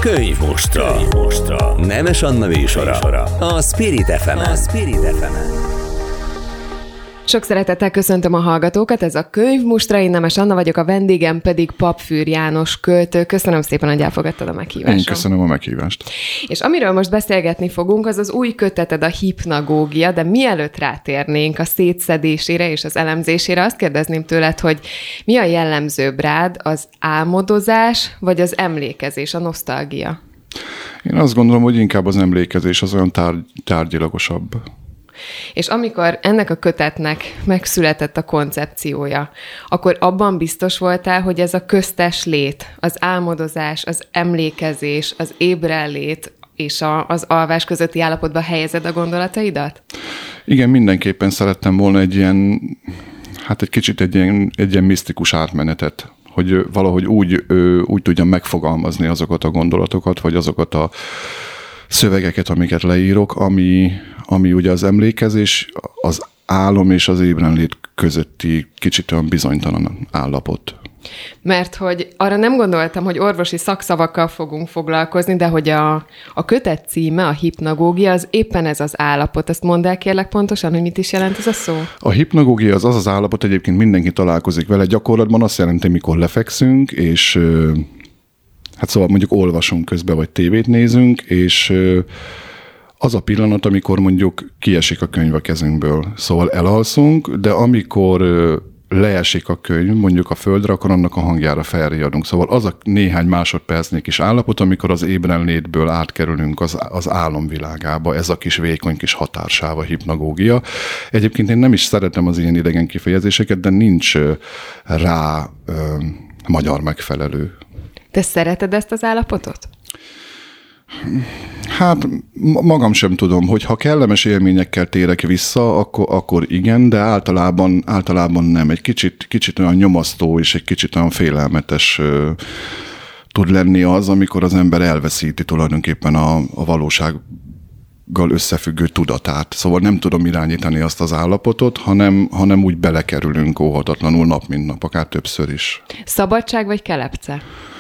Könyvmustra. Nemes Anna műsora. A Spirit FM-en. Sok szeretettel köszöntöm a hallgatókat, ez a Könyvmustra, én Nemes Anna vagyok, a vendégem pedig Papfűr János költő. Köszönöm szépen, hogy elfogadtad a meghívást. Én köszönöm a meghívást. És amiről most beszélgetni fogunk, az az új köteted, a hipnagógia, de mielőtt rátérnénk a szétszedésére és az elemzésére, azt kérdezném tőled, hogy mi a jellemzőbb rád, az álmodozás vagy az emlékezés, a nosztalgia? Én azt gondolom, hogy inkább az emlékezés az olyan tárgyilagosabb. És amikor ennek a kötetnek megszületett a koncepciója, akkor abban biztos voltál, hogy ez a köztes lét, az álmodozás, az emlékezés, az ébrenlét és az alvás közötti állapotba helyezed a gondolataidat? Igen, mindenképpen szerettem volna egy ilyen misztikus átmenetet, hogy valahogy úgy tudjam megfogalmazni azokat a gondolatokat, vagy azokat a szövegeket, amiket leírok, ami ugye az emlékezés, az álom és az ébrenlét közötti kicsit olyan bizonytalan állapot. Mert hogy arra nem gondoltam, hogy orvosi szakszavakkal fogunk foglalkozni, de hogy a kötet címe, a hipnagógia, az éppen ez az állapot. Azt mondd el kérlek pontosan, hogy mit is jelent ez a szó? A hipnagógia az állapot, egyébként mindenki találkozik vele. Gyakorlatban azt jelenti, mikor lefekszünk, és hát szóval mondjuk olvasunk közben, vagy tévét nézünk, és az a pillanat, amikor mondjuk kiesik a könyv a kezünkből. Szóval elalszunk, de amikor leesik a könyv mondjuk a földre, akkor annak a hangjára felriadunk. Szóval az a néhány másodpercnél kis állapot, amikor az ébrenlétből átkerülünk az álomvilágába, ez a kis vékony kis határsáv, a hipnagógia. Egyébként én nem is szeretem az ilyen idegen kifejezéseket, de nincs rá magyar megfelelő. Te szereted ezt az állapotot? Hát magam sem tudom, hogy ha kellemes élményekkel térek vissza, akkor igen, de általában nem. Egy kicsit olyan nyomasztó és egy kicsit olyan félelmetes tud lenni az, amikor az ember elveszíti tulajdonképpen a valósággal összefüggő tudatát. Szóval nem tudom irányítani azt az állapotot, hanem úgy belekerülünk óhatatlanul nap, mint nap, akár többször is. Szabadság vagy kelepce?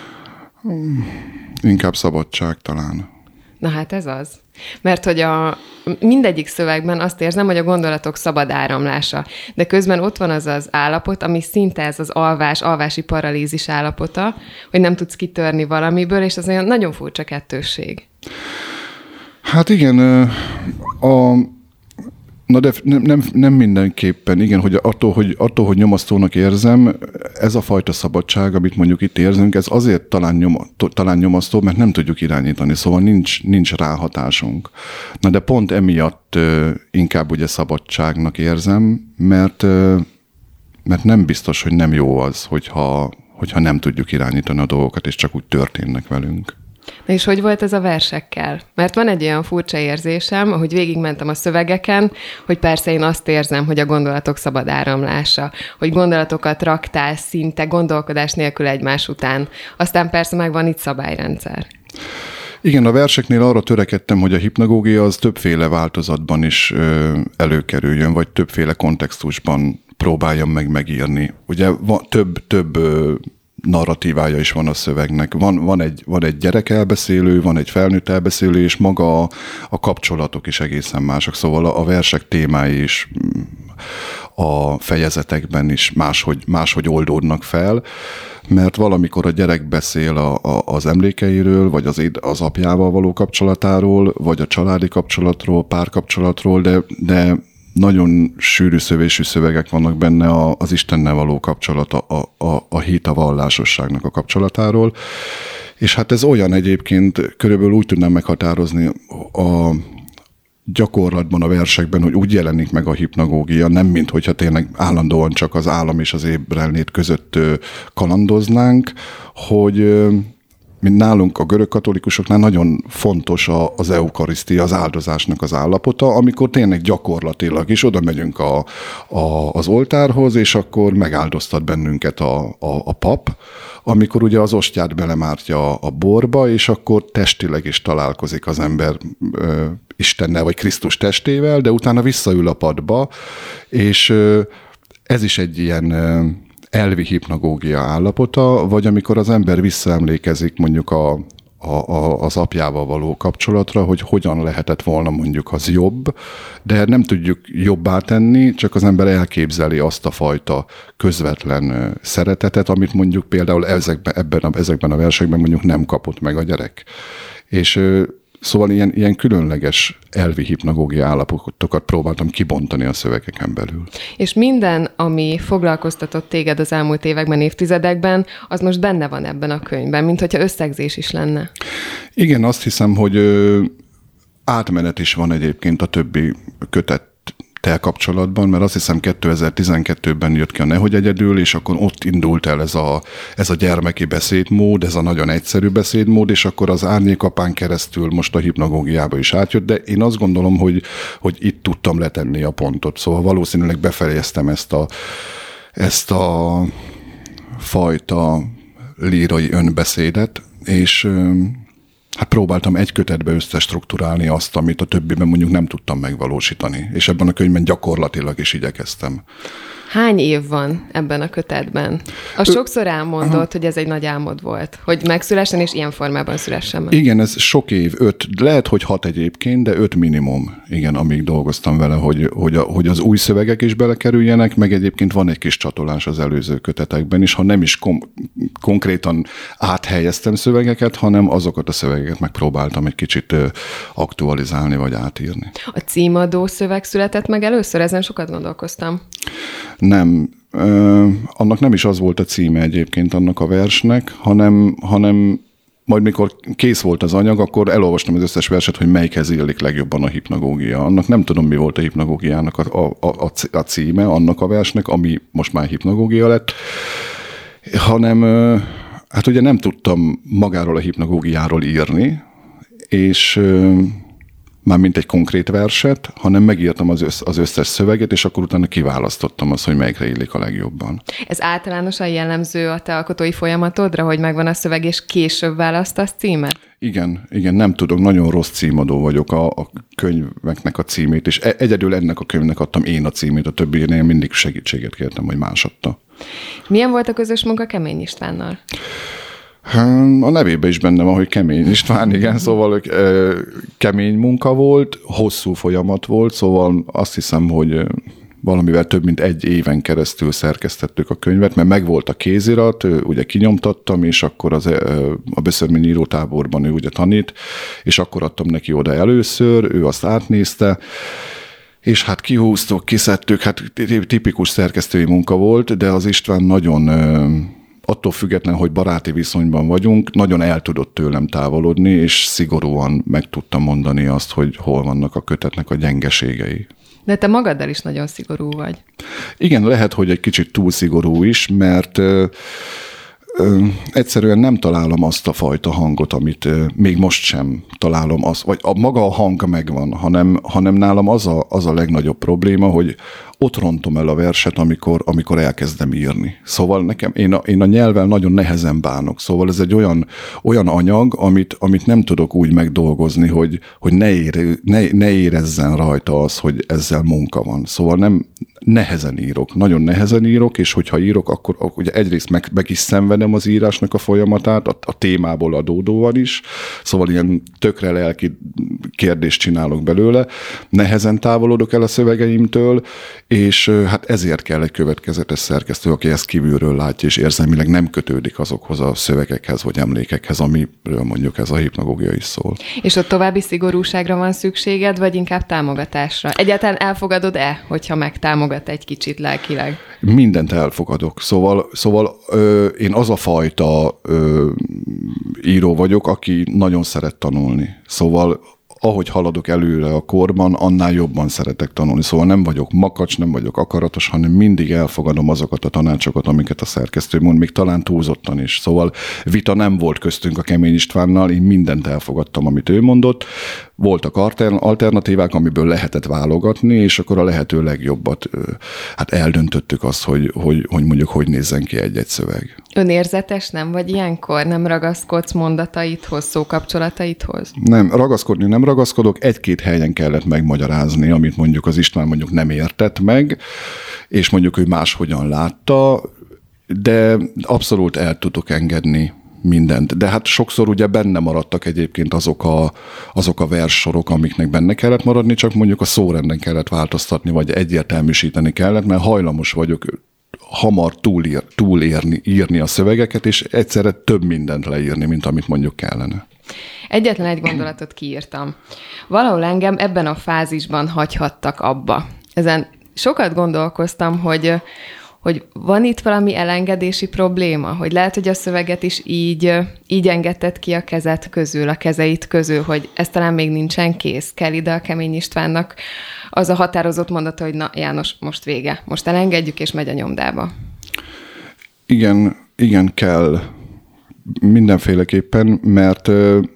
Inkább szabadság talán. Na hát ez az. Mert hogy mindegyik szövegben azt érzem, hogy a gondolatok szabad áramlása. De közben ott van az az állapot, ami szinte ez az alvási paralízis állapota, hogy nem tudsz kitörni valamiből, és az olyan nagyon furcsa kettősség. Hát igen, de nem mindenképpen, igen, hogy attól, hogy nyomasztónak érzem, ez a fajta szabadság, amit mondjuk itt érzünk, ez azért talán nyomasztó, mert nem tudjuk irányítani, szóval nincs ráhatásunk. Na de pont emiatt inkább ugye szabadságnak érzem, mert nem biztos, hogy nem jó az, hogyha nem tudjuk irányítani a dolgokat, és csak úgy történnek velünk. Na és hogy volt ez a versekkel? Mert van egy olyan furcsa érzésem, ahogy végigmentem a szövegeken, hogy persze én azt érzem, hogy a gondolatok szabad áramlása, hogy gondolatokat raktál szinte gondolkodás nélkül egymás után. Aztán persze megvan itt szabályrendszer. Igen, a verseknél arra törekedtem, hogy a hipnagógia az többféle változatban is előkerüljön, vagy többféle kontextusban próbáljam meg-megírni. Ugye több narratívája is van a szövegnek. Van egy gyerek elbeszélő, van egy felnőtt elbeszélő, és maga a kapcsolatok is egészen mások. Szóval a versek témái is a fejezetekben is máshogy oldódnak fel, mert valamikor a gyerek beszél az emlékeiről, vagy az apjával való kapcsolatáról, vagy a családi kapcsolatról, párkapcsolatról, de nagyon sűrű szövésű szövegek vannak benne az Istennel való kapcsolat, a hit, a vallásosságnak a kapcsolatáról. És hát ez olyan egyébként, körülbelül úgy tudnám meghatározni a gyakorlatban, a versekben, hogy úgy jelenik meg a hipnagógia, nem mint hogyha tényleg állandóan csak az álom és az ébrenlét között kalandoznánk, hogy mint nálunk a görög katolikusoknál nagyon fontos az eukarisztia, az áldozásnak az állapota, amikor tényleg gyakorlatilag is oda megyünk az oltárhoz, és akkor megáldoztat bennünket a pap, amikor ugye az ostját belemártja a borba, és akkor testileg is találkozik az ember Istennel, vagy Krisztus testével, de utána visszaül a padba, és ez is egy ilyen elvi hipnagógia állapota, vagy amikor az ember visszaemlékezik mondjuk az apjával való kapcsolatra, hogy hogyan lehetett volna mondjuk az jobb, de nem tudjuk jobbá tenni, csak az ember elképzeli azt a fajta közvetlen szeretetet, amit mondjuk például ezekben a versekben mondjuk nem kapott meg a gyerek. És szóval ilyen különleges elvi hipnagógiai állapotokat próbáltam kibontani a szövegeken belül. És minden, ami foglalkoztatott téged az elmúlt években, évtizedekben, az most benne van ebben a könyvben, mint hogyha összegzés is lenne. Igen, azt hiszem, hogy átmenet is van egyébként a többi kötettel kapcsolatban, mert azt hiszem 2012-ben jött ki a Nehogy egyedül, és akkor ott indult el ez a gyermeki beszédmód, ez a nagyon egyszerű beszédmód, és akkor az Árnyékapán keresztül most a hipnagógiába is átjött, de én azt gondolom, hogy itt tudtam letenni a pontot. Szóval valószínűleg befejeztem ezt a fajta lírai önbeszédet, és hát próbáltam egy kötetbe összestrukturálni azt, amit a többiben mondjuk nem tudtam megvalósítani. És ebben a könyvben gyakorlatilag is igyekeztem. Hány év van ebben a kötetben? Sokszor elmondott, hogy ez egy nagy álmod volt, hogy megszülessen, és ilyen formában szülessen meg. Igen, ez sok év, 5, lehet, hogy 6 egyébként, de 5 minimum, igen, amíg dolgoztam vele, hogy az új szövegek is belekerüljenek, meg egyébként van egy kis csatolás az előző kötetekben is, ha nem is konkrétan áthelyeztem szövegeket, hanem azokat a szövegeket megpróbáltam egy kicsit aktualizálni, vagy átírni. A címadó szöveg született meg először? Ezen sokat gondolkoztam. Nem. Annak nem is az volt a címe egyébként annak a versnek, hanem majd mikor kész volt az anyag, akkor elolvastam az összes verset, hogy melyikhez illik legjobban a hipnagógia. Annak nem tudom, mi volt a hipnagógiának a címe, annak a versnek, ami most már hipnagógia lett, hanem hát ugye nem tudtam magáról a hipnagógiáról írni, és már mint egy konkrét verset, hanem megírtam az összes szöveget, és akkor utána kiválasztottam azt, hogy melyikre illik a legjobban. Ez általánosan jellemző a te alkotói folyamatodra, hogy megvan a szöveg, és később választasz címet? Igen, nem tudok, nagyon rossz címadó vagyok a könyveknek a címét, és egyedül ennek a könyvnek adtam én a címét, a többinél mindig segítséget kértem, hogy más adta. Milyen volt a közös munka Kemény Istvánnal? A nevében is benne van, hogy Kemény István, igen, szóval kemény munka volt, hosszú folyamat volt, szóval azt hiszem, hogy valamivel több mint 1 éven keresztül szerkesztettük a könyvet, mert megvolt a kézirat, ugye kinyomtattam, és akkor a Böszörmény írótáborban ő ugye tanít, és akkor adtam neki oda először, ő azt átnézte, és hát kihúztuk, kiszedtük, hát tipikus szerkesztői munka volt, de az István nagyon attól független, hogy baráti viszonyban vagyunk, nagyon el tudott tőlem távolodni, és szigorúan meg tudtam mondani azt, hogy hol vannak a kötetnek a gyengeségei. De te magaddal is nagyon szigorú vagy. Igen, lehet, hogy egy kicsit túl szigorú is, mert egyszerűen nem találom azt a fajta hangot, amit még most sem találom, vagy maga a hang megvan, hanem nálam az a legnagyobb probléma, hogy ott rontom el a verset, amikor elkezdem írni. Szóval nekem, én a nyelvvel nagyon nehezen bánok. Szóval ez egy olyan anyag, amit nem tudok úgy megdolgozni, hogy ne érezzen rajta az, hogy ezzel munka van. Szóval nehezen írok, nagyon nehezen írok, és hogyha írok, akkor ugye egyrészt meg is szenvedem az írásnak a folyamatát, a témából adódóan is, szóval ilyen tökre lelki kérdést csinálok belőle, nehezen távolodok el a szövegeimtől, és hát ezért kell egy következetes szerkesztő, aki ezt kívülről látja, és érzelmileg nem kötődik azokhoz a szövegekhez, vagy emlékekhez, amiről mondjuk ez a hipnagógia is szól. És ott további szigorúságra van szükséged, vagy inkább támogatásra? Egyáltalán elfogadod-e, hogyha megtámogat egy kicsit lelkileg? Mindent elfogadok. Szóval én az a fajta író vagyok, aki nagyon szeret tanulni. Szóval ahogy haladok előre a korban, annál jobban szeretek tanulni. Szóval nem vagyok makacs, nem vagyok akaratos, hanem mindig elfogadom azokat a tanácsokat, amiket a szerkesztő mond, még talán túlzottan is. Szóval vita nem volt köztünk a Kemény Istvánnal, én mindent elfogadtam, amit ő mondott. Voltak alternatívák, amiből lehetett válogatni, és akkor a lehető legjobbat hát eldöntöttük azt, hogy mondjuk hogy nézzen ki egy-egy szöveg. Önérzetes nem vagy ilyenkor? Nem ragaszkodsz mondataidhoz, szókapcsolataidhoz? Nem, ragaszkodni nem ragaszkodok. 1-2 helyen kellett megmagyarázni, amit mondjuk az István mondjuk nem értett meg, és mondjuk ő máshogyan látta, de abszolút el tudok engedni mindent. De hát sokszor ugye benne maradtak egyébként azok a verssorok, amiknek benne kellett maradni, csak mondjuk a szórenden kellett változtatni, vagy egyértelműsíteni kellett, mert hajlamos vagyok hamar írni a szövegeket, és egyszerre több mindent leírni, mint amit mondjuk kellene. Egyetlen egy gondolatot kiírtam. Valahol engem ebben a fázisban hagyhattak abba. Ezen sokat gondolkoztam, hogy van itt valami elengedési probléma, hogy lehet, hogy a szöveget is így engedted ki a kezeit közül, hogy ez talán még nincsen kész. Kell ide a Kemény Istvánnak az a határozott mondata, hogy na János, most vége. Most elengedjük, és megy a nyomdába. Igen, kell mindenféleképpen, mert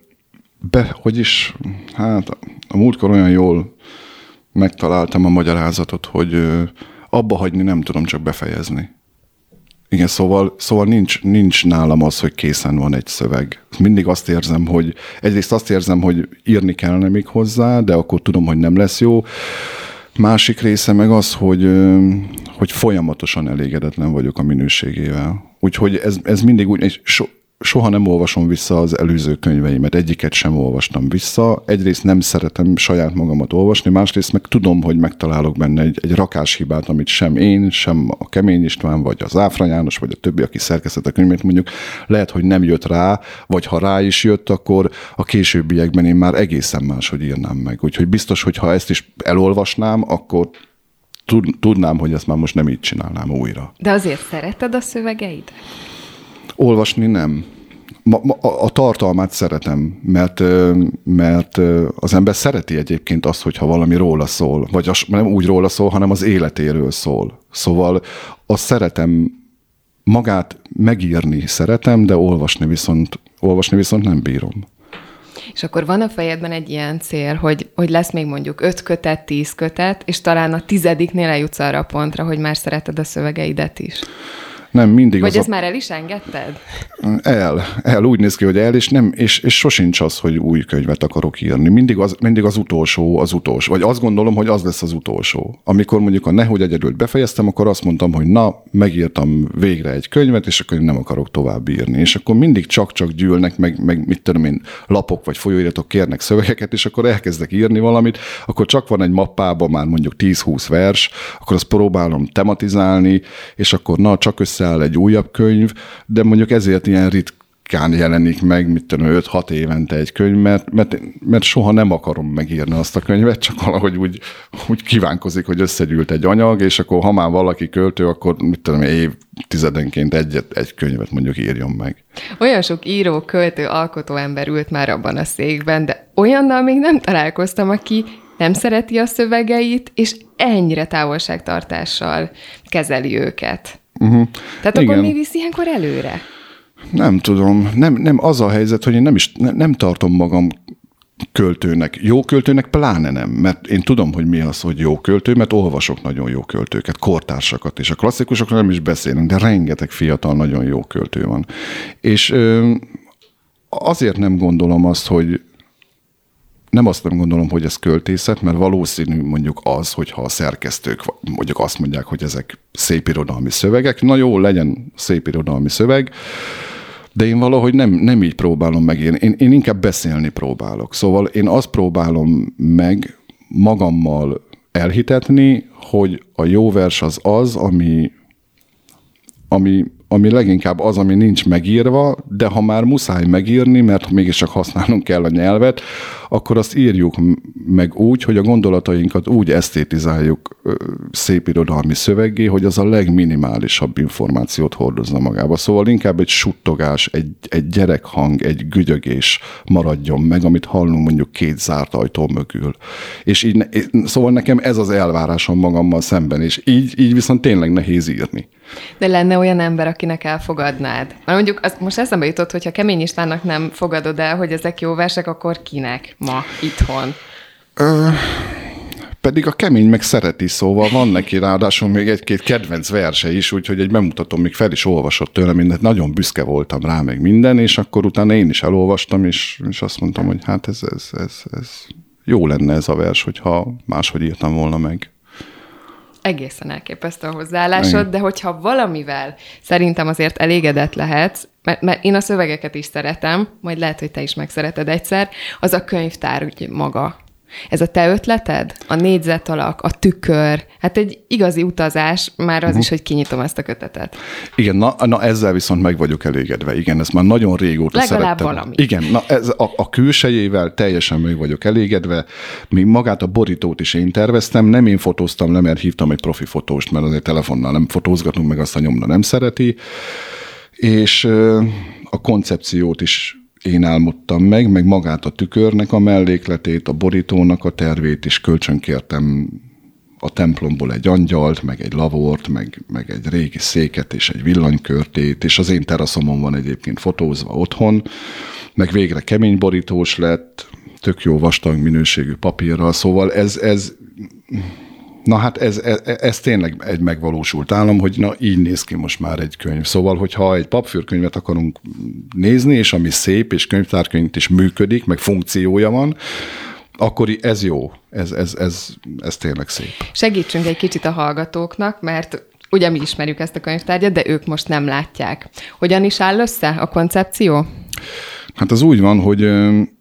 a múltkor olyan jól megtaláltam a magyarázatot, hogy abba hagyni nem tudom, csak befejezni. Igen, szóval nincs nálam az, hogy készen van egy szöveg. Mindig azt érzem, hogy írni kellene még hozzá, de akkor tudom, hogy nem lesz jó. Másik része meg az, hogy folyamatosan elégedetlen vagyok a minőségével. Úgyhogy ez mindig úgy, soha nem olvasom vissza az előző könyveimet, egyiket sem olvastam vissza. Egyrészt nem szeretem saját magamat olvasni, másrészt meg tudom, hogy megtalálok benne egy rakáshibát, amit sem én, sem a Kemény István, vagy az Áfra János, vagy a többi, aki szerkesztett a könyvét, mondjuk lehet, hogy nem jött rá, vagy ha rá is jött, akkor a későbbiekben én már egészen máshogy írnám meg. Úgyhogy biztos, hogy ha ezt is elolvasnám, akkor tudnám, hogy ezt már most nem így csinálnám újra. De azért szereted a szövegeid? Olvasni nem. A tartalmát szeretem, mert az ember szereti egyébként azt, hogyha valami róla szól, vagy nem úgy róla szól, hanem az életéről szól. Szóval azt szeretem, magát megírni szeretem, de olvasni viszont nem bírom. És akkor van a fejedben egy ilyen cél, hogy lesz még mondjuk 5 kötet, 10 kötet, és talán a 10-nél eljutsz arra a pontra, hogy már szereted a szövegeidet is. Nem, mindig vagy ezt már el is engedted? Úgy néz ki, hogy és sosincs az, hogy új könyvet akarok írni. Mindig az utolsó, vagy azt gondolom, hogy az lesz az utolsó. Amikor mondjuk a Nehogy egyedült befejeztem, akkor azt mondtam, hogy megírtam végre egy könyvet, és akkor nem akarok tovább írni. És akkor mindig csak gyűlnek, meg mit tudom én, lapok vagy folyóiratok kérnek szövegeket, és akkor elkezdek írni valamit, akkor csak van egy mappában már mondjuk 10-20 vers, akkor azt próbálom tematizálni, és akkor csak összeáll egy újabb könyv, de mondjuk ezért ilyen ritkán jelenik meg, 5-6 évente egy könyv, mert soha nem akarom megírni azt a könyvet, csak valahogy úgy kívánkozik, hogy összegyűlt egy anyag, és akkor ha már valaki költő, akkor évtizedenként egy könyvet mondjuk írjon meg. Olyan sok író, költő, alkotó ember ült már abban a székben, de olyannal még nem találkoztam, aki nem szereti a szövegeit, és ennyire távolságtartással kezeli őket. Uh-huh. Tehát igen. Akkor mi visz ilyenkor előre? Nem tudom. Nem az a helyzet, hogy én nem tartom magam költőnek. Jó költőnek pláne nem, mert én tudom, hogy mi az, hogy jó költő, mert olvasok nagyon jó költőket, kortársakat, és a klasszikusokról nem is beszélünk, de rengeteg fiatal, nagyon jó költő van. És azért nem gondolom azt, hogy nem gondolom, hogy ez költészet, mert valószínű mondjuk az, hogyha a szerkesztők mondjuk azt mondják, hogy ezek szépirodalmi szövegek, na jó, legyen szépirodalmi szöveg, de én valahogy nem így próbálom megírni. Én inkább beszélni próbálok. Szóval én azt próbálom meg magammal elhitetni, hogy a jó vers az, ami leginkább az, ami nincs megírva, de ha már muszáj megírni, mert mégiscsak használnunk kell a nyelvet, akkor azt írjuk meg úgy, hogy a gondolatainkat úgy esztétizáljuk szépirodalmi szöveggé, hogy az a legminimálisabb információt hordozza magába. Szóval inkább egy suttogás, egy gyerekhang, egy gügyögés maradjon meg, amit hallunk mondjuk 2 zárt ajtó mögül. És szóval nekem ez az elvárásom magammal szemben, és így viszont tényleg nehéz írni. De lenne olyan ember, akinek elfogadnád? Mert mondjuk most eszembe jutott, hogyha Kemény Istvánnak nem fogadod el, hogy ezek jó versek, akkor kinek ma itthon? Pedig a Kemény meg szereti, szóval van neki ráadásul még 1-2 kedvenc verse is, úgyhogy egy bemutatom, még fel is olvasott tőle mindent, nagyon büszke voltam rá meg minden, és akkor utána én is elolvastam, és azt mondtam, hogy hát ez jó lenne ez a vers, hogyha máshogy írtam volna meg. egészen elképesztő a hozzáállásod, de hogyha valamivel szerintem azért elégedett lehetsz, mert én a szövegeket is szeretem, majd lehet, hogy te is megszereted egyszer, az a könyvtár úgy maga. Ez a te ötleted? A négyzetalak, a tükör, hát egy igazi utazás, már az is, hogy kinyitom ezt a kötetet. Igen, na ezzel viszont meg vagyok elégedve. Igen, ezt már nagyon régóta legalább szerettem. Valami. Igen, na ez a külsejével teljesen meg vagyok elégedve. Még magát a borítót is én terveztem, nem én fotóztam le, mert hívtam egy profi fotóst, mert azért telefonnal nem fotózgatunk, meg azt a nyomda nem szereti. És a koncepciót is én álmodtam meg magát a tükörnek a mellékletét, a borítónak a tervét is, kölcsönkértem a templomból egy angyalt, meg egy lavort, meg egy régi széket és egy villanykörtét, és az én teraszomon van egyébként fotózva otthon, meg végre kemény borítós lett, tök jó vastag minőségű papírral, szóval ez tényleg egy megvalósult álom, hogy na így néz ki most már egy könyv. Szóval, hogyha egy papfűrkönyvet akarunk nézni, és ami szép, és könyvtárkönyv is működik, meg funkciója van, akkor ez jó. Ez tényleg szép. Segítsünk egy kicsit a hallgatóknak, mert ugye mi ismerjük ezt a könyvtárgyat, de ők most nem látják. Hogyan is áll össze a koncepció? Hát az úgy van, hogy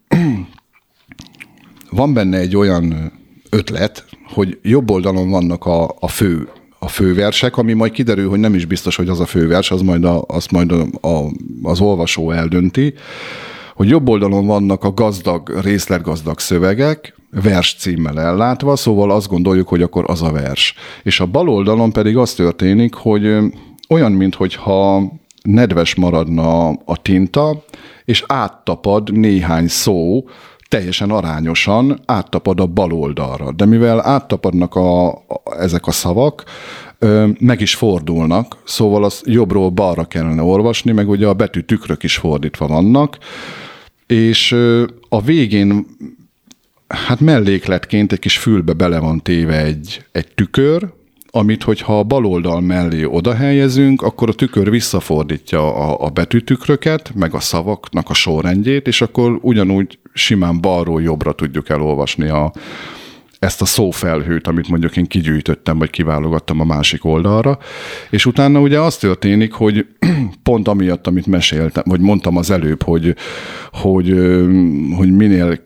van benne egy olyan ötlet, hogy jobb oldalon vannak a főversek, ami majd kiderül, hogy nem is biztos, hogy az a fővers, azt majd az olvasó eldönti, hogy jobb oldalon vannak a részletgazdag szövegek, vers címmel ellátva, szóval azt gondoljuk, hogy akkor az a vers. És a bal oldalon pedig az történik, hogy olyan, minthogyha nedves maradna a tinta, és áttapad néhány szó, teljesen arányosan áttapad a bal oldalra. De mivel áttapadnak ezek a szavak, meg is fordulnak, szóval azt jobbról balra kellene olvasni, meg ugye a betűtükrök is fordítva vannak, és a végén hát mellékletként egy kis fülbe bele van téve egy tükör, amit, hogyha a bal oldal mellé oda helyezünk, akkor a tükör visszafordítja a betűtükröket, meg a szavaknak a sorrendjét, és akkor ugyanúgy simán balról jobbra tudjuk elolvasni ezt a szófelhőt, amit mondjuk én kigyűjtöttem, vagy kiválogattam a másik oldalra, és utána ugye az történik, hogy pont amiatt, amit meséltem, vagy mondtam az előbb, hogy minél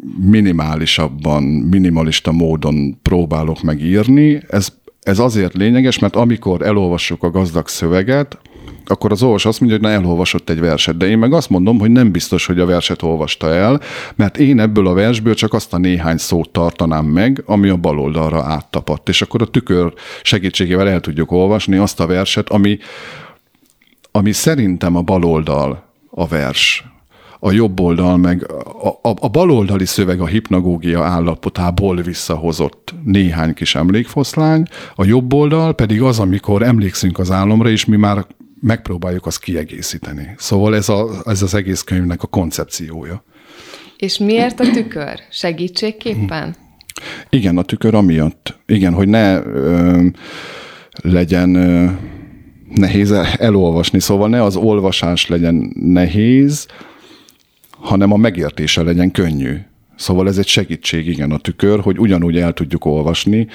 minimalista módon próbálok megírni, ez azért lényeges, mert amikor elolvassuk a gazdag szöveget, akkor az olvasó azt mondja, hogy na, elolvasott egy verset, de én meg azt mondom, hogy nem biztos, hogy a verset olvasta el, mert én ebből a versből csak azt a néhány szót tartanám meg, ami a bal oldalra áttapadt, és akkor a tükör segítségével el tudjuk olvasni azt a verset, ami szerintem a bal oldal a vers. A jobb oldal meg a baloldali szöveg a hipnagógia állapotából visszahozott néhány kis emlékfoszlány, a jobb oldal pedig az, amikor emlékszünk az álomra, és mi már megpróbáljuk azt kiegészíteni. Szóval ez az egész könyvnek a koncepciója. És miért a tükör? Segítségképpen? Igen, a tükör amiatt. Igen, hogy ne legyen nehéz elolvasni, szóval ne az olvasás legyen nehéz, hanem a megértése legyen könnyű. Szóval ez egy segítség, igen, a tükör, hogy ugyanúgy el tudjuk olvasni,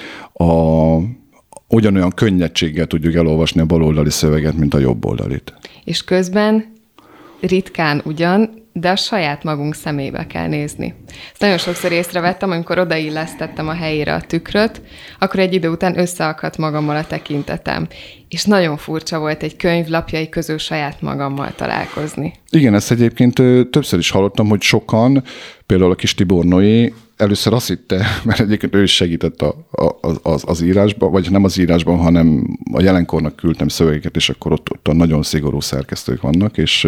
ugyanolyan könnyedséggel tudjuk elolvasni a baloldali szöveget, mint a jobboldalit. És közben ritkán ugyan, de a saját magunk szemébe kell nézni. Ezt nagyon sokszor észrevettem, amikor odaillesztettem a helyére a tükröt, akkor egy idő után összeakadt magammal a tekintetem. És nagyon furcsa volt egy könyv lapjai közül saját magammal találkozni. Igen, ezt egyébként többször is hallottam, hogy sokan, például a kis Tibor Noé, először azt hitte, mert egyébként ő is segített az írásban, vagy nem az írásban, hanem a Jelenkornak küldtem szövegeket, és akkor ott nagyon szigorú szerkesztők vannak, és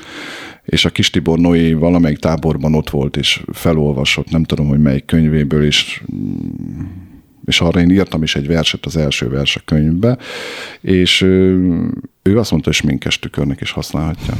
a kis Tibor Noé valamelyik táborban ott volt, és felolvasott, nem tudom, hogy melyik könyvéből, és arra én írtam is egy verset, az első vers a könyvbe, és ő azt mondta, hogy sminkes tükörnek is használhatja.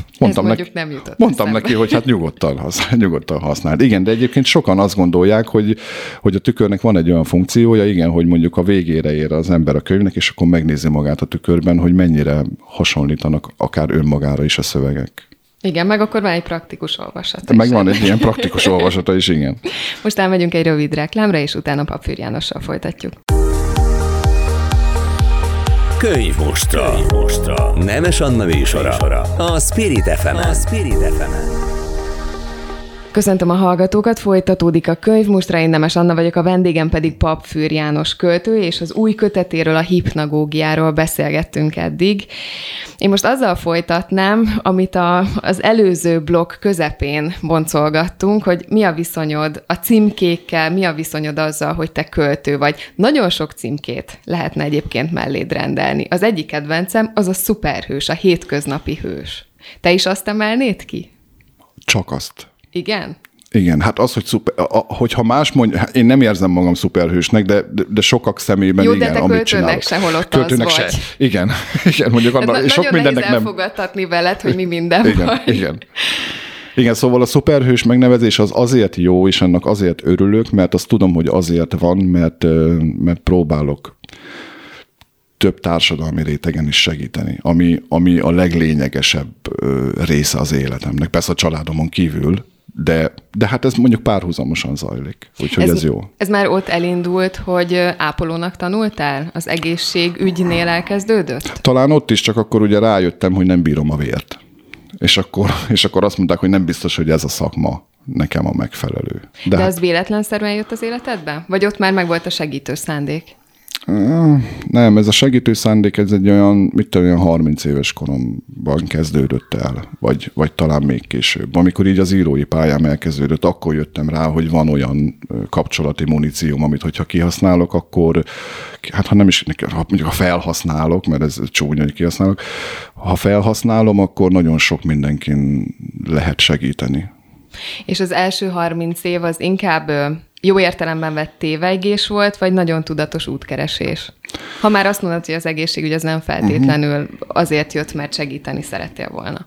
Mondtam neki, hogy hát nyugodtan használd. Igen, de egyébként sokan azt gondolják, hogy a tükörnek van egy olyan funkciója, igen, hogy mondjuk a végére ér az ember a könyvnek, és akkor megnézi magát a tükörben, hogy mennyire hasonlítanak akár önmagára is a szövegek. Igen, meg akkor van egy praktikus olvasata. Meg van egy ilyen praktikus olvasata is, igen. Most elmegyünk egy rövid reklámra, és utána Papfűr Jánossal folytatjuk. Könyvmustra. Nemes Anna műsora. A Spirit FM-en. Köszöntöm a hallgatókat, folytatódik a Könyvmustra, én Nemes Anna vagyok, a vendégem pedig Pappfűr János költő, és az új kötetéről, a hipnagógiáról beszélgettünk eddig. Én most azzal folytatnám, amit az előző blokk közepén boncolgattunk, hogy mi a viszonyod a címkékkel, mi a viszonyod azzal, hogy te költő vagy. Nagyon sok címkét lehetne egyébként melléd rendelni. Az egyik kedvencem az a szuperhős, a hétköznapi hős. Te is azt emelnéd ki? Csak azt. Igen? Igen, hát az, hogy hogyha más mondja, én nem érzem magam szuperhősnek, de sokak szemében jó, igen, amit csinálok. Jó, de te költőnek se holott költőnek az se. Vagy. Igen, mondjuk annak, sok mindennek nem. Nagyon nehéz elfogadtatni veled, hogy mi minden vagy. Igen, szóval a szuperhős megnevezés az azért jó, és ennek azért örülök, mert azt tudom, hogy azért van, mert próbálok több társadalmi rétegen is segíteni, ami a leglényegesebb része az életemnek. Persze a családomon kívül, de hát ez mondjuk párhuzamosan zajlik, úgyhogy ez jó. Ez már ott elindult, hogy ápolónak tanultál? Az egészségügynél elkezdődött? Talán ott is, csak akkor ugye rájöttem, hogy nem bírom a vért. És akkor azt mondták, hogy nem biztos, hogy ez a szakma nekem a megfelelő. De ez véletlenszerűen jött az életedbe? Vagy ott már megvolt a segítő szándék? Nem, ez a segítő szándék, ez egy olyan 30 éves koromban kezdődött el, vagy talán még később. Amikor így az írói pályám elkezdődött, akkor jöttem rá, hogy van olyan kapcsolati munícióm, amit hogyha kihasználok, akkor, hát ha nem is, mondjuk ha felhasználok, mert ez csúnya, hogy kihasználok, ha felhasználom, akkor nagyon sok mindenkin lehet segíteni. És az első 30 év az inkább jó értelemben vett tévejgés volt, vagy nagyon tudatos útkeresés? Ha már azt mondod, hogy az egészségügy az nem feltétlenül azért jött, mert segíteni szerettél volna.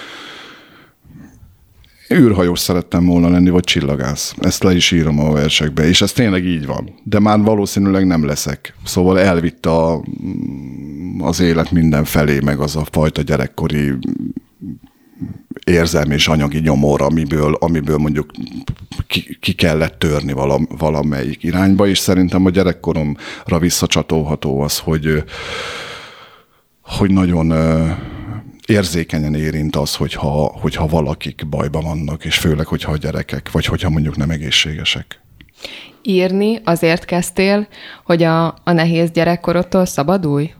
Űrhajós szerettem volna lenni, vagy csillagász. Ezt le is írom a versekbe, és ez tényleg így van. De már valószínűleg nem leszek. Szóval elvitt az élet mindenfelé, meg az a fajta gyerekkori érzelmi és anyagi nyomor, amiből mondjuk ki kellett törni valamelyik irányba, és szerintem a gyerekkoromra visszacsatolható az, hogy nagyon érzékenyen érint az, hogyha valakik bajban vannak, és főleg, hogyha a gyerekek, vagy hogyha mondjuk nem egészségesek. Írni azért kezdtél, hogy a nehéz gyerekkorodtól szabadulj?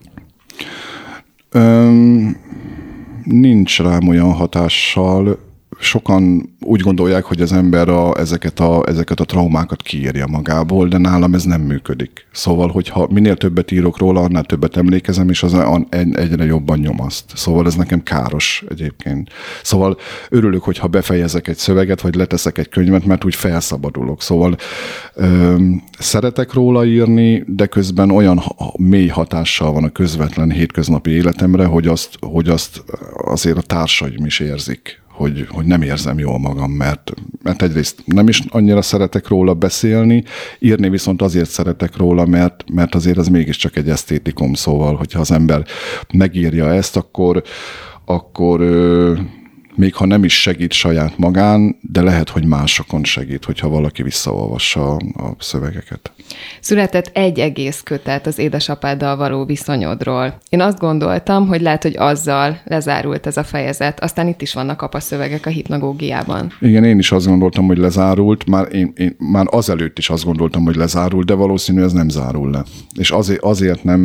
Nincs rám olyan hatással. Sokan úgy gondolják, hogy az ember ezeket a traumákat kiírja magából, de nálam ez nem működik. Szóval, hogyha minél többet írok róla, annál többet emlékezem, és az egyre jobban nyomaszt. Szóval ez nekem káros egyébként. Szóval örülök, hogyha befejezek egy szöveget, vagy leteszek egy könyvet, mert úgy felszabadulok. Szóval szeretek róla írni, de közben olyan mély hatással van a közvetlen hétköznapi életemre, hogy azt azért a társaim is érzik. Hogy nem érzem jól magam, mert egyrészt nem is annyira szeretek róla beszélni, írni viszont azért szeretek róla, mert azért az mégiscsak egy esztétikum, szóval, hogyha az ember megírja ezt, akkor még ha nem is segít saját magán, de lehet, hogy másokon segít, hogyha valaki visszaolvassa a szövegeket. Született egy egész kötet az édesapáddal való viszonyodról. Én azt gondoltam, hogy lehet, hogy azzal lezárult ez a fejezet. Aztán itt is vannak apaszövegek a hipnagógiában. Igen, én is azt gondoltam, hogy lezárult. Én már azelőtt is azt gondoltam, hogy lezárult, de valószínű ez nem zárul le. És azért nem,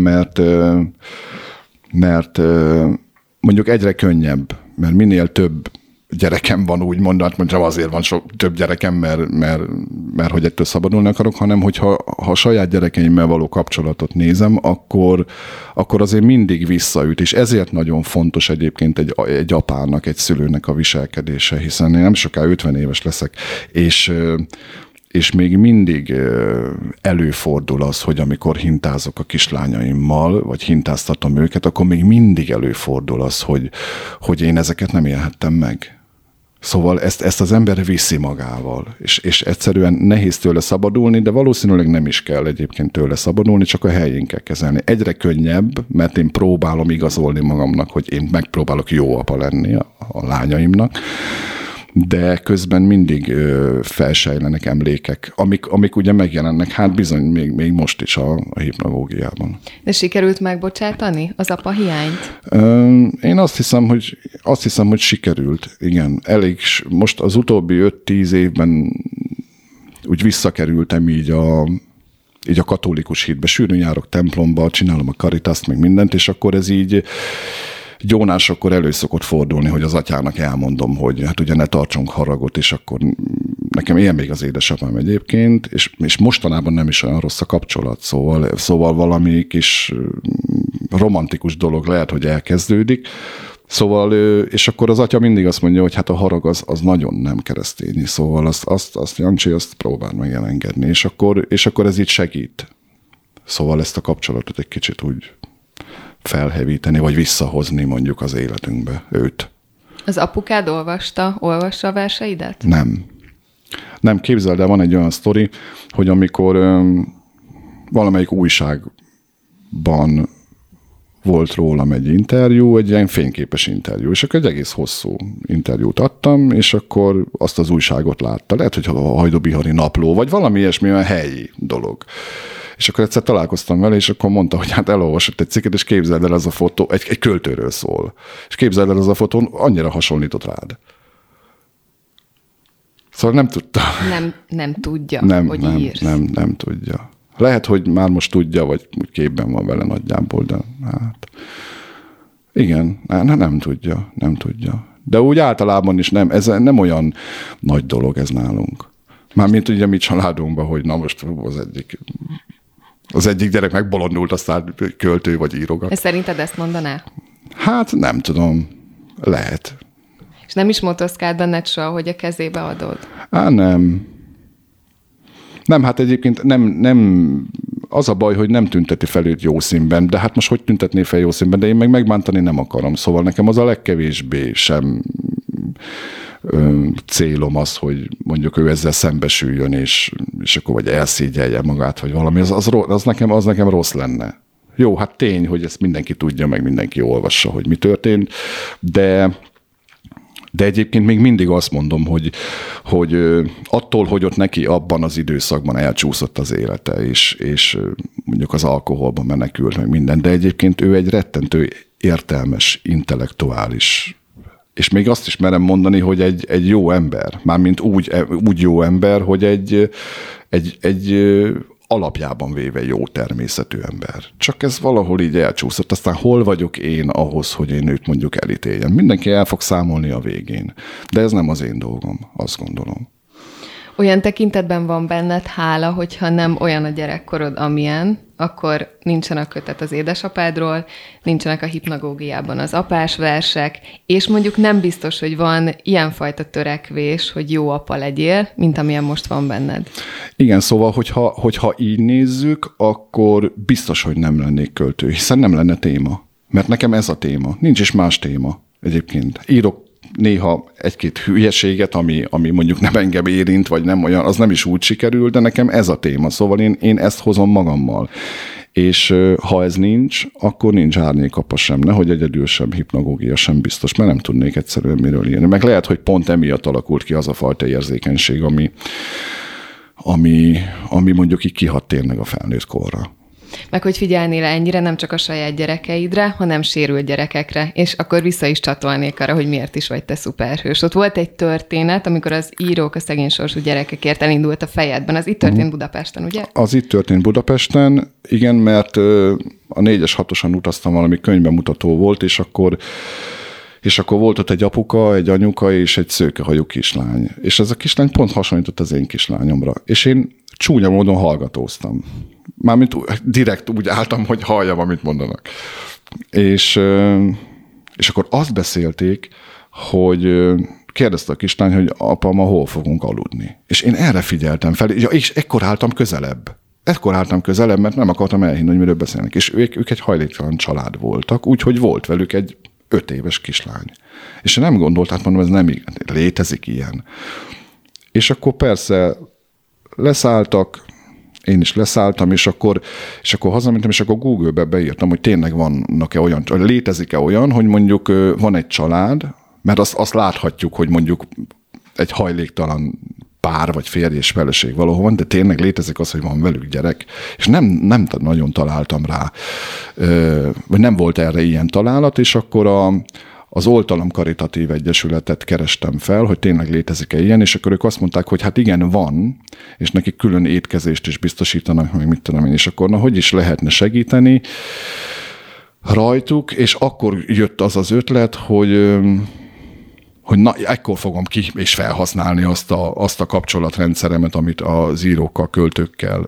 mert mondjuk egyre könnyebb, mert minél több gyerekem van, úgymond, mondjuk azért van több gyerekem, mert hogy ettől szabadulni akarok, hanem hogyha a saját gyerekeimmel való kapcsolatot nézem, akkor azért mindig visszaüt, és ezért nagyon fontos egyébként egy apának, egy szülőnek a viselkedése, hiszen én nem soká 50 éves leszek, és még mindig előfordul az, hogy amikor hintázok a kislányaimmal, vagy hintáztatom őket, akkor még mindig előfordul az, hogy én ezeket nem élhettem meg. Szóval ezt az ember viszi magával, és egyszerűen nehéz tőle szabadulni, de valószínűleg nem is kell egyébként tőle szabadulni, csak a helyén kell kezelni. Egyre könnyebb, mert én próbálom igazolni magamnak, hogy én megpróbálok jó apa lenni a lányaimnak, de közben mindig felsejlenek emlékek, amik ugye megjelennek, hát bizony még most is a hipnagógiában. De sikerült megbocsátani az apa hiányt? Én azt hiszem, hogy sikerült, igen. Elég, most az utóbbi 5-10 évben úgy visszakerültem így a katolikus hitbe. Sűrűn járok templomba, csinálom a karitaszt, meg mindent, és akkor ez így gyónásokkor elő szokott fordulni, hogy az atyának elmondom, hogy hát ugye ne tartsunk haragot, és akkor nekem ilyen még az édesapám egyébként, és mostanában nem is olyan rossz a kapcsolat, szóval valami kis romantikus dolog lehet, hogy elkezdődik. Szóval, és akkor az atya mindig azt mondja, hogy hát a harag az nagyon nem keresztényi, szóval azt Jancsi, azt próbáld meg elengedni, és akkor ez így segít. Szóval ezt a kapcsolatot egy kicsit úgy felhevíteni, vagy visszahozni mondjuk az életünkbe őt. Az apukád olvassa a verseidet? Nem, képzeld el, van egy olyan sztori, hogy amikor valamelyik újságban volt rólam egy interjú, egy ilyen fényképes interjú, és akkor egy egész hosszú interjút adtam, és akkor azt az újságot látta. Lehet, hogy a Hajdú-Bihari Napló, vagy valami ilyesmi olyan helyi dolog. És akkor egyszer találkoztam vele, és akkor mondta, hogy hát elolvasott egy cikket, és képzeld el, az a fotó, egy költőről szól. És képzeld el, az a fotó annyira hasonlított rád. Szóval nem tudta. Nem tudja, hogy írsz. Nem tudja. Lehet, hogy már most tudja, vagy úgy képben van vele nagyjából, de hát igen, nem tudja. De úgy általában is nem, ez nem olyan nagy dolog ez nálunk. Mármint ugye mi családunkban, hogy na most az egyik gyerek megbolondult, aztán költő vagy írogat. És szerinted ezt mondaná? Hát nem tudom, lehet. És nem is motoszkált benned soha, hogy a kezébe adod? Nem. Nem, hát egyébként nem az a baj, hogy nem tünteti fel őt jó színben, de hát most hogy tüntetné fel jó színben, de én meg megbántani nem akarom. Szóval nekem az a legkevésbé sem célom az, hogy mondjuk ő ezzel szembesüljön, és akkor vagy elszégyelje magát, vagy valami, az nekem rossz lenne. Jó, hát tény, hogy ezt mindenki tudja, meg mindenki olvassa, hogy mi történt, de egyébként még mindig azt mondom, hogy attól, hogy ott neki abban az időszakban elcsúszott az élete, és mondjuk az alkoholba menekült, meg minden, de egyébként ő egy rettentő értelmes, intellektuális, és még azt is merem mondani, hogy egy jó ember, mármint úgy jó ember, hogy egy alapjában véve jó természetű ember. Csak ez valahol így elcsúszott. Aztán hol vagyok én ahhoz, hogy én őt mondjuk elítéljem? Mindenki el fog számolni a végén. De ez nem az én dolgom, azt gondolom. Olyan tekintetben van benned hála, hogyha nem olyan a gyerekkorod, amilyen, akkor nincsen a kötet az édesapádról, nincsenek a hipnagógiában az apás versek, és mondjuk nem biztos, hogy van ilyenfajta törekvés, hogy jó apa legyél, mint amilyen most van benned. Igen, szóval, hogyha így nézzük, akkor biztos, hogy nem lennék költő, hiszen nem lenne téma. Mert nekem ez a téma. Nincs is más téma egyébként. Írok néha egy-két hülyeséget, ami mondjuk nem engem érint, vagy nem olyan, az nem is úgy sikerül, de nekem ez a téma. Szóval én ezt hozom magammal. És ha ez nincs, akkor nincs árnyékapa sem, nehogy egyedül sem, hipnagógia sem biztos, mert nem tudnék egyszerűen miről írni. Meg lehet, hogy pont emiatt alakult ki az a fajta érzékenység, ami mondjuk így kihat tényleg a felnőtt korra. Meg hogy figyelnél ennyire nem csak a saját gyerekeidre, hanem sérült gyerekekre, és akkor vissza is csatolnék arra, hogy miért is vagy te szuperhős. Ott volt egy történet, amikor az írók a szegény sorsú gyerekekért elindult a fejedben. Az itt történt Budapesten, ugye? Az itt történt Budapesten, igen, mert a 4-es 6-osan utaztam, valami könyvbemutató volt, és akkor volt ott egy apuka, egy anyuka és egy szőkehajú kislány. És ez a kislány pont hasonlított az én kislányomra. És én csúnya módon hallgatóztam. Mármint direkt úgy álltam, hogy halljam, amit mondanak. És akkor azt beszélték, hogy kérdezte a kislány, hogy apa, ma hol fogunk aludni. És én erre figyeltem fel, és ekkor álltam közelebb. Mert nem akartam elhinni, hogy miről beszélnek. És ők egy hajléktalan család voltak, úgyhogy volt velük egy 5 éves kislány. És én nem gondoltam, mondom, ez nem létezik ilyen. És akkor persze leszálltak, én is leszálltam, és akkor hazamentem, és akkor Google-be beírtam, hogy tényleg vannak-e olyan, létezik-e olyan, hogy mondjuk van egy család, mert azt láthatjuk, hogy mondjuk egy hajléktalan pár, vagy férj és feleség valahol van, de tényleg létezik az, hogy van velük gyerek, és nem nagyon találtam rá, vagy nem volt erre ilyen találat, és akkor az Oltalom Karitatív Egyesületet kerestem fel, hogy tényleg létezik-e ilyen, és akkor ők azt mondták, hogy hát igen, van, és nekik külön étkezést is biztosítanak, meg mit tudom én, és akkor hogy is lehetne segíteni rajtuk, és akkor jött az ötlet, hogy na, ekkor fogom ki és felhasználni azt a kapcsolatrendszeremet, amit az írókkal, költőkkel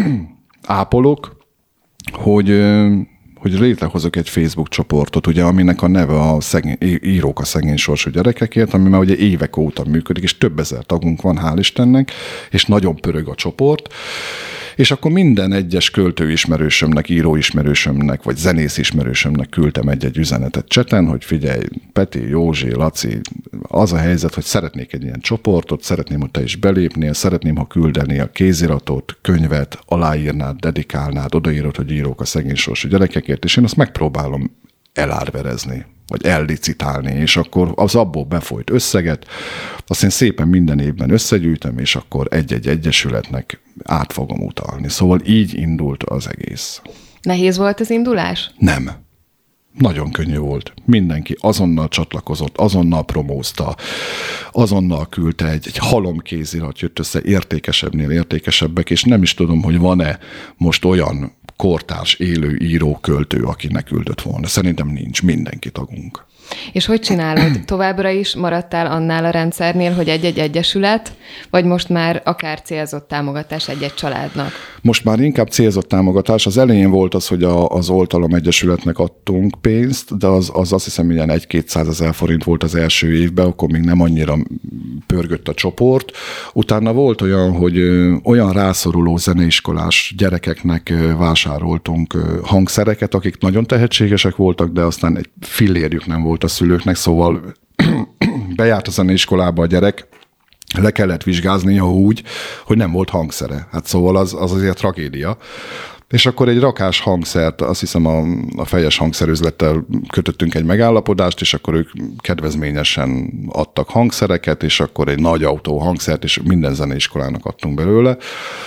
ápolok, hogy létrehozok egy Facebook csoportot, ugye, aminek a neve Írók a szegény sorsú gyerekekért, ami már ugye évek óta működik, és több ezer tagunk van, hál' Istennek, és nagyon pörög a csoport. És akkor minden egyes költőismerősömnek, íróismerősömnek, vagy zenészismerősömnek küldtem egy-egy üzenetet cseten, hogy figyelj, Peti, Józsi, Laci, az a helyzet, hogy szeretnék egy ilyen csoportot, szeretném, hogy te is belépnél, szeretném, ha küldenél a kéziratot, könyvet, aláírnád, dedikálnád, odaírod, hogy írók a szegény sorsú gyerekekért, és én azt megpróbálom elárverezni, vagy ellicitálni, és akkor az abból befolyt összeget, azt én szépen minden évben összegyűjtöm, és akkor egy-egy egyesületnek át fogom utalni. Szóval így indult az egész. Nehéz volt az indulás? Nem. Nagyon könnyű volt. Mindenki azonnal csatlakozott, azonnal promózta, azonnal küldte egy halomkézirat, jött össze értékesebbnél értékesebbek, és nem is tudom, hogy van-e most olyan kortárs, élő író, költő, aki ne küldött volna. Szerintem nincs, mindenki tagunk. És hogy csinálod? Továbbra is maradtál annál a rendszernél, hogy egy-egy egyesület, vagy most már akár célzott támogatás egy-egy családnak? Most már inkább célzott támogatás. Az elején volt az, hogy az Oltalom Egyesületnek adtunk pénzt, de az azt hiszem, ilyen 1-200 ezer forint volt az első évben, akkor még nem annyira pörgött a csoport. Utána volt olyan, hogy olyan rászoruló zeneiskolás gyerekeknek vásároltunk hangszereket, akik nagyon tehetségesek voltak, de aztán egy fillérjük nem volt a szülőknek, szóval bejárt a zeneiskolába a gyerek, le kellett vizsgáznia úgy, hogy nem volt hangszere. Hát szóval az azért tragédia. És akkor egy rakás hangszert, azt hiszem a Fejes hangszerüzlettel kötöttünk egy megállapodást, és akkor ők kedvezményesen adtak hangszereket, és akkor egy nagy autó hangszert, és minden zeneiskolának adtunk belőle.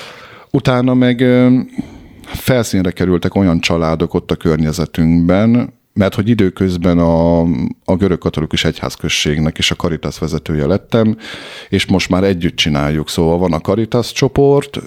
Utána meg felszínre kerültek olyan családok ott a környezetünkben, mert hogy időközben a görögkatolikus egyházközségnek is a Caritas vezetője lettem, és most már együtt csináljuk. Szóval van a Caritas csoport,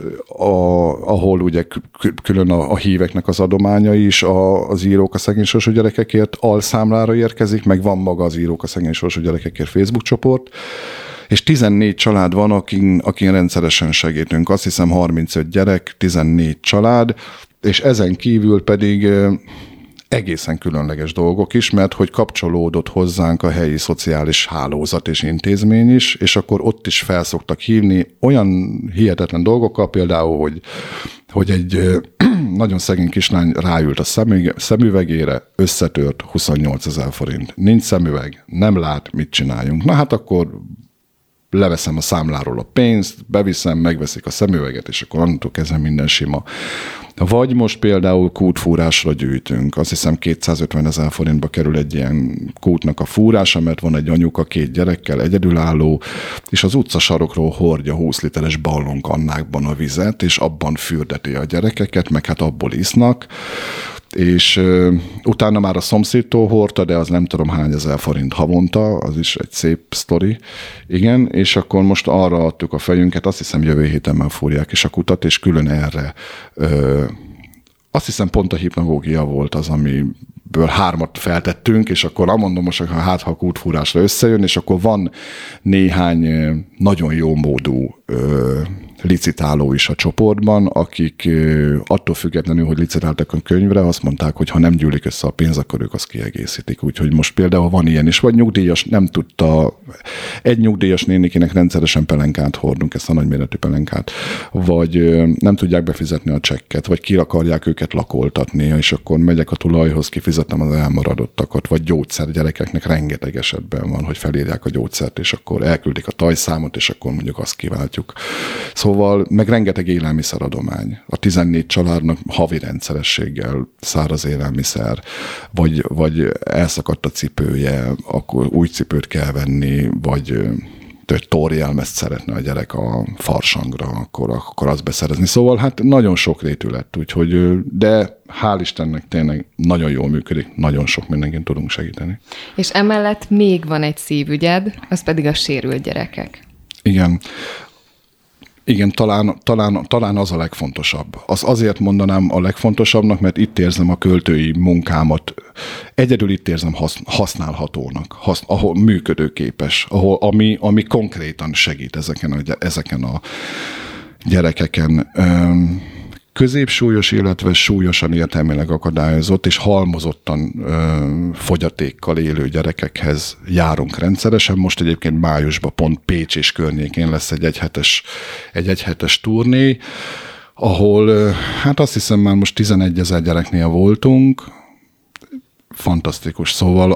ahol ugye külön a híveknek az adománya is az Írók a szegény sorsú gyerekekért alszámlára érkezik, meg van maga az Írók a szegény sorsú gyerekekért Facebook csoport, és 14 család van, akin rendszeresen segítünk. Azt hiszem 35 gyerek, 14 család, és ezen kívül pedig egészen különleges dolgok is, mert hogy kapcsolódott hozzánk a helyi szociális hálózat és intézmény is, és akkor ott is felszoktak hívni olyan hihetetlen dolgokkal, például, hogy egy nagyon szegény kislány ráült a szemüvegére, összetört 28 ezer forint. Nincs szemüveg, nem lát, mit csináljunk. Na hát akkor leveszem a számláról a pénzt, beviszem, megveszik a szemüveget, és akkor onnantól kezdve minden sima. Vagy most például kútfúrásra gyűjtünk. Azt hiszem 250 ezer forintba kerül egy ilyen kútnak a fúrása, mert van egy anyuka 2 gyerekkel, egyedülálló, és az utcasarokról hordja 20 literes ballonkannákban a vizet, és abban fürdeti a gyerekeket, meg hát abból isznak. És utána már a szomszédtól hordta, de az nem tudom hány ezer forint havonta, az is egy szép sztori. Igen, és akkor most arra adtuk a fejünket, azt hiszem jövő héten már fúrják is a kutat, és külön erre azt hiszem pont a hipnagógia volt az, amiből 3 feltettünk, és akkor mondom most, ha a kútfúrásra összejön, és akkor van néhány nagyon jó módú licitáló is a csoportban, akik attól függetlenül, hogy licitáltak a könyvre, azt mondták, hogy ha nem gyűlik össze a pénz, akkor ők azt kiegészítik. Úgyhogy most például van ilyen is, vagy nyugdíjas, nem tudta, egy nyugdíjas nénikének rendszeresen pelenkát hordunk, ezt a nagyméretű pelenkát, vagy nem tudják befizetni a csekket, vagy ki akarják őket lakoltatni, és akkor megyek a tulajhoz, kifizetem az elmaradottakat, vagy gyógyszer gyerekeknek rengeteg esetben van, hogy felírják a gyógyszert, és akkor elküldik a tajszámot, és akkor mondjuk azt kiváltjuk. Szóval meg rengeteg élelmiszeradomány. A 14 családnak havi rendszerességgel száraz élelmiszer, vagy elszakadt a cipője, akkor új cipőt kell venni, vagy torjelmezt szeretne a gyerek a farsangra, akkor azt beszerezni. Szóval hát nagyon sokrétű lett, úgyhogy, de hál' Istennek tényleg nagyon jól működik, nagyon sok mindenkin tudunk segíteni. És emellett még van egy szívügyed, az pedig a sérült gyerekek. Igen, talán az a legfontosabb. Azért mondanám a legfontosabbnak, mert itt érzem a költői munkámat, egyedül itt érzem használhatónak, ahol működőképes, ami konkrétan segít ezeken a gyerekeken. Középsúlyos, illetve súlyosan értelmileg akadályozott és halmozottan fogyatékkal élő gyerekekhez járunk rendszeresen. Most egyébként májusban pont Pécs és környékén lesz egy egyhetes turné, ahol hát azt hiszem már most 11 000 gyereknél voltunk. Fantasztikus. Szóval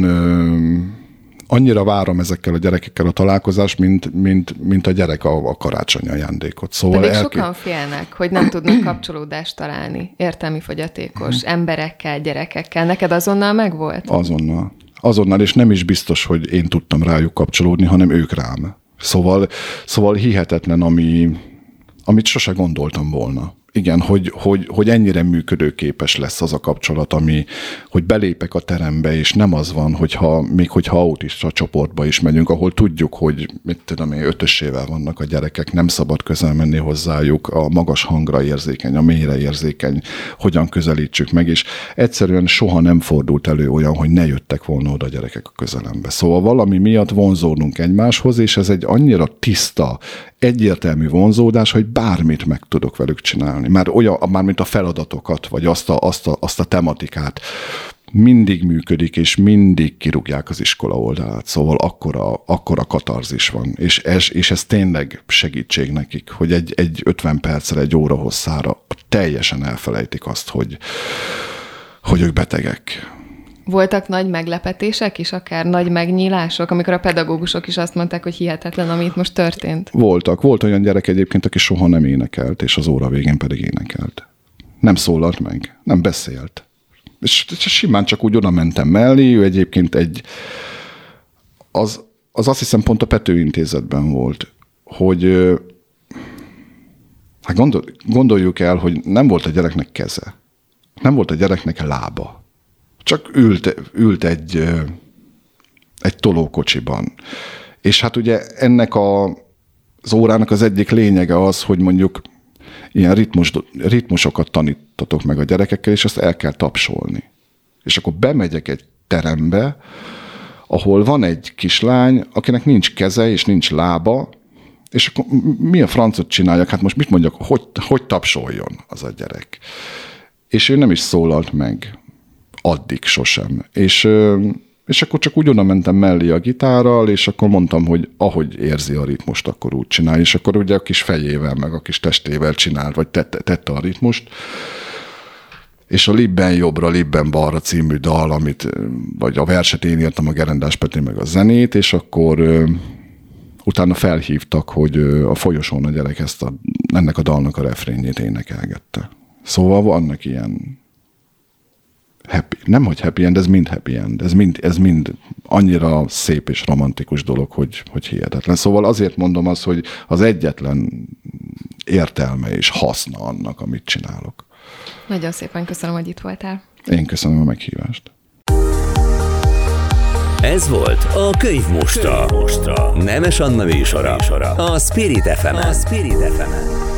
annyira várom ezekkel a gyerekekkel a találkozást, mint a gyerek a karácsonyi ajándékot. Szóval pedig sokan félnek, hogy nem tudnak kapcsolódást találni értelmi fogyatékos emberekkel, gyerekekkel. Neked azonnal megvolt? Azonnal, és nem is biztos, hogy én tudtam rájuk kapcsolódni, hanem ők rám. Szóval hihetetlen, amit sose gondoltam volna. Igen, hogy ennyire működőképes lesz az a kapcsolat, hogy belépek a terembe, és nem az van, hogyha autista csoportba is megyünk, ahol tudjuk, hogy mit tudom én, 5-ösével vannak a gyerekek, nem szabad közel menni hozzájuk, a magas hangra érzékeny, a mélyre érzékeny, hogyan közelítsük meg, és egyszerűen soha nem fordult elő olyan, hogy ne jöttek volna oda a gyerekek a közelembe. Szóval valami miatt vonzódunk egymáshoz, és ez egy annyira tiszta, egyértelmű vonzódás, hogy bármit meg tudok velük csinálni. Már mint a feladatokat, vagy azt a tematikát mindig működik, és mindig kirúgják az iskola oldalát. Szóval akkora katarzis van. És ez tényleg segítség nekik, hogy egy 50 percre, egy óra hosszára teljesen elfelejtik azt, hogy ők betegek. Voltak nagy meglepetések is, akár nagy megnyílások, amikor a pedagógusok is azt mondták, hogy hihetetlen, ami itt most történt? Volt olyan gyerek egyébként, aki soha nem énekelt, és az óra végén pedig énekelt. Nem szólalt meg, nem beszélt. És simán csak úgy oda mentem mellé, ő egyébként az azt hiszem pont a Pető Intézetben volt, hogy hát gondoljuk el, hogy nem volt a gyereknek keze, nem volt a gyereknek lába. Csak ült egy tolókocsiban. És hát ugye ennek az órának az egyik lényege az, hogy mondjuk ilyen ritmusokat tanítatok meg a gyerekekkel, és azt el kell tapsolni. És akkor bemegyek egy terembe, ahol van egy kislány, akinek nincs keze és nincs lába, és akkor mi a francot csináljak? Hát most mit mondjak, hogy tapsoljon az a gyerek? És ő nem is szólalt meg. Addig sosem. És akkor csak úgy oda mentem mellé a gitárral, és akkor mondtam, hogy ahogy érzi a ritmust, akkor úgy csinálj. És akkor ugye a kis fejével, meg a kis testével csinált, vagy tette a ritmust. És a Libben jobbra, Libben balra című dal, vagy a verset én írtam, a Gerendás Peti meg a zenét, és akkor utána felhívtak, hogy a folyosón a gyerek ennek a dalnak a refrénjét énekelgette. Szóval vannak ilyen happy, nem hogy happy end, ez mind happy end. Ez mind annyira szép és romantikus dolog, hogy hihetetlen. Szóval azért mondom azt, hogy az egyetlen értelme és haszna annak, amit csinálok. Nagyon szépen köszönöm, hogy itt voltál. Én köszönöm a meghívást. Ez volt a Könyvmosta. Nemes Anna műsora. A Spirit FM-en.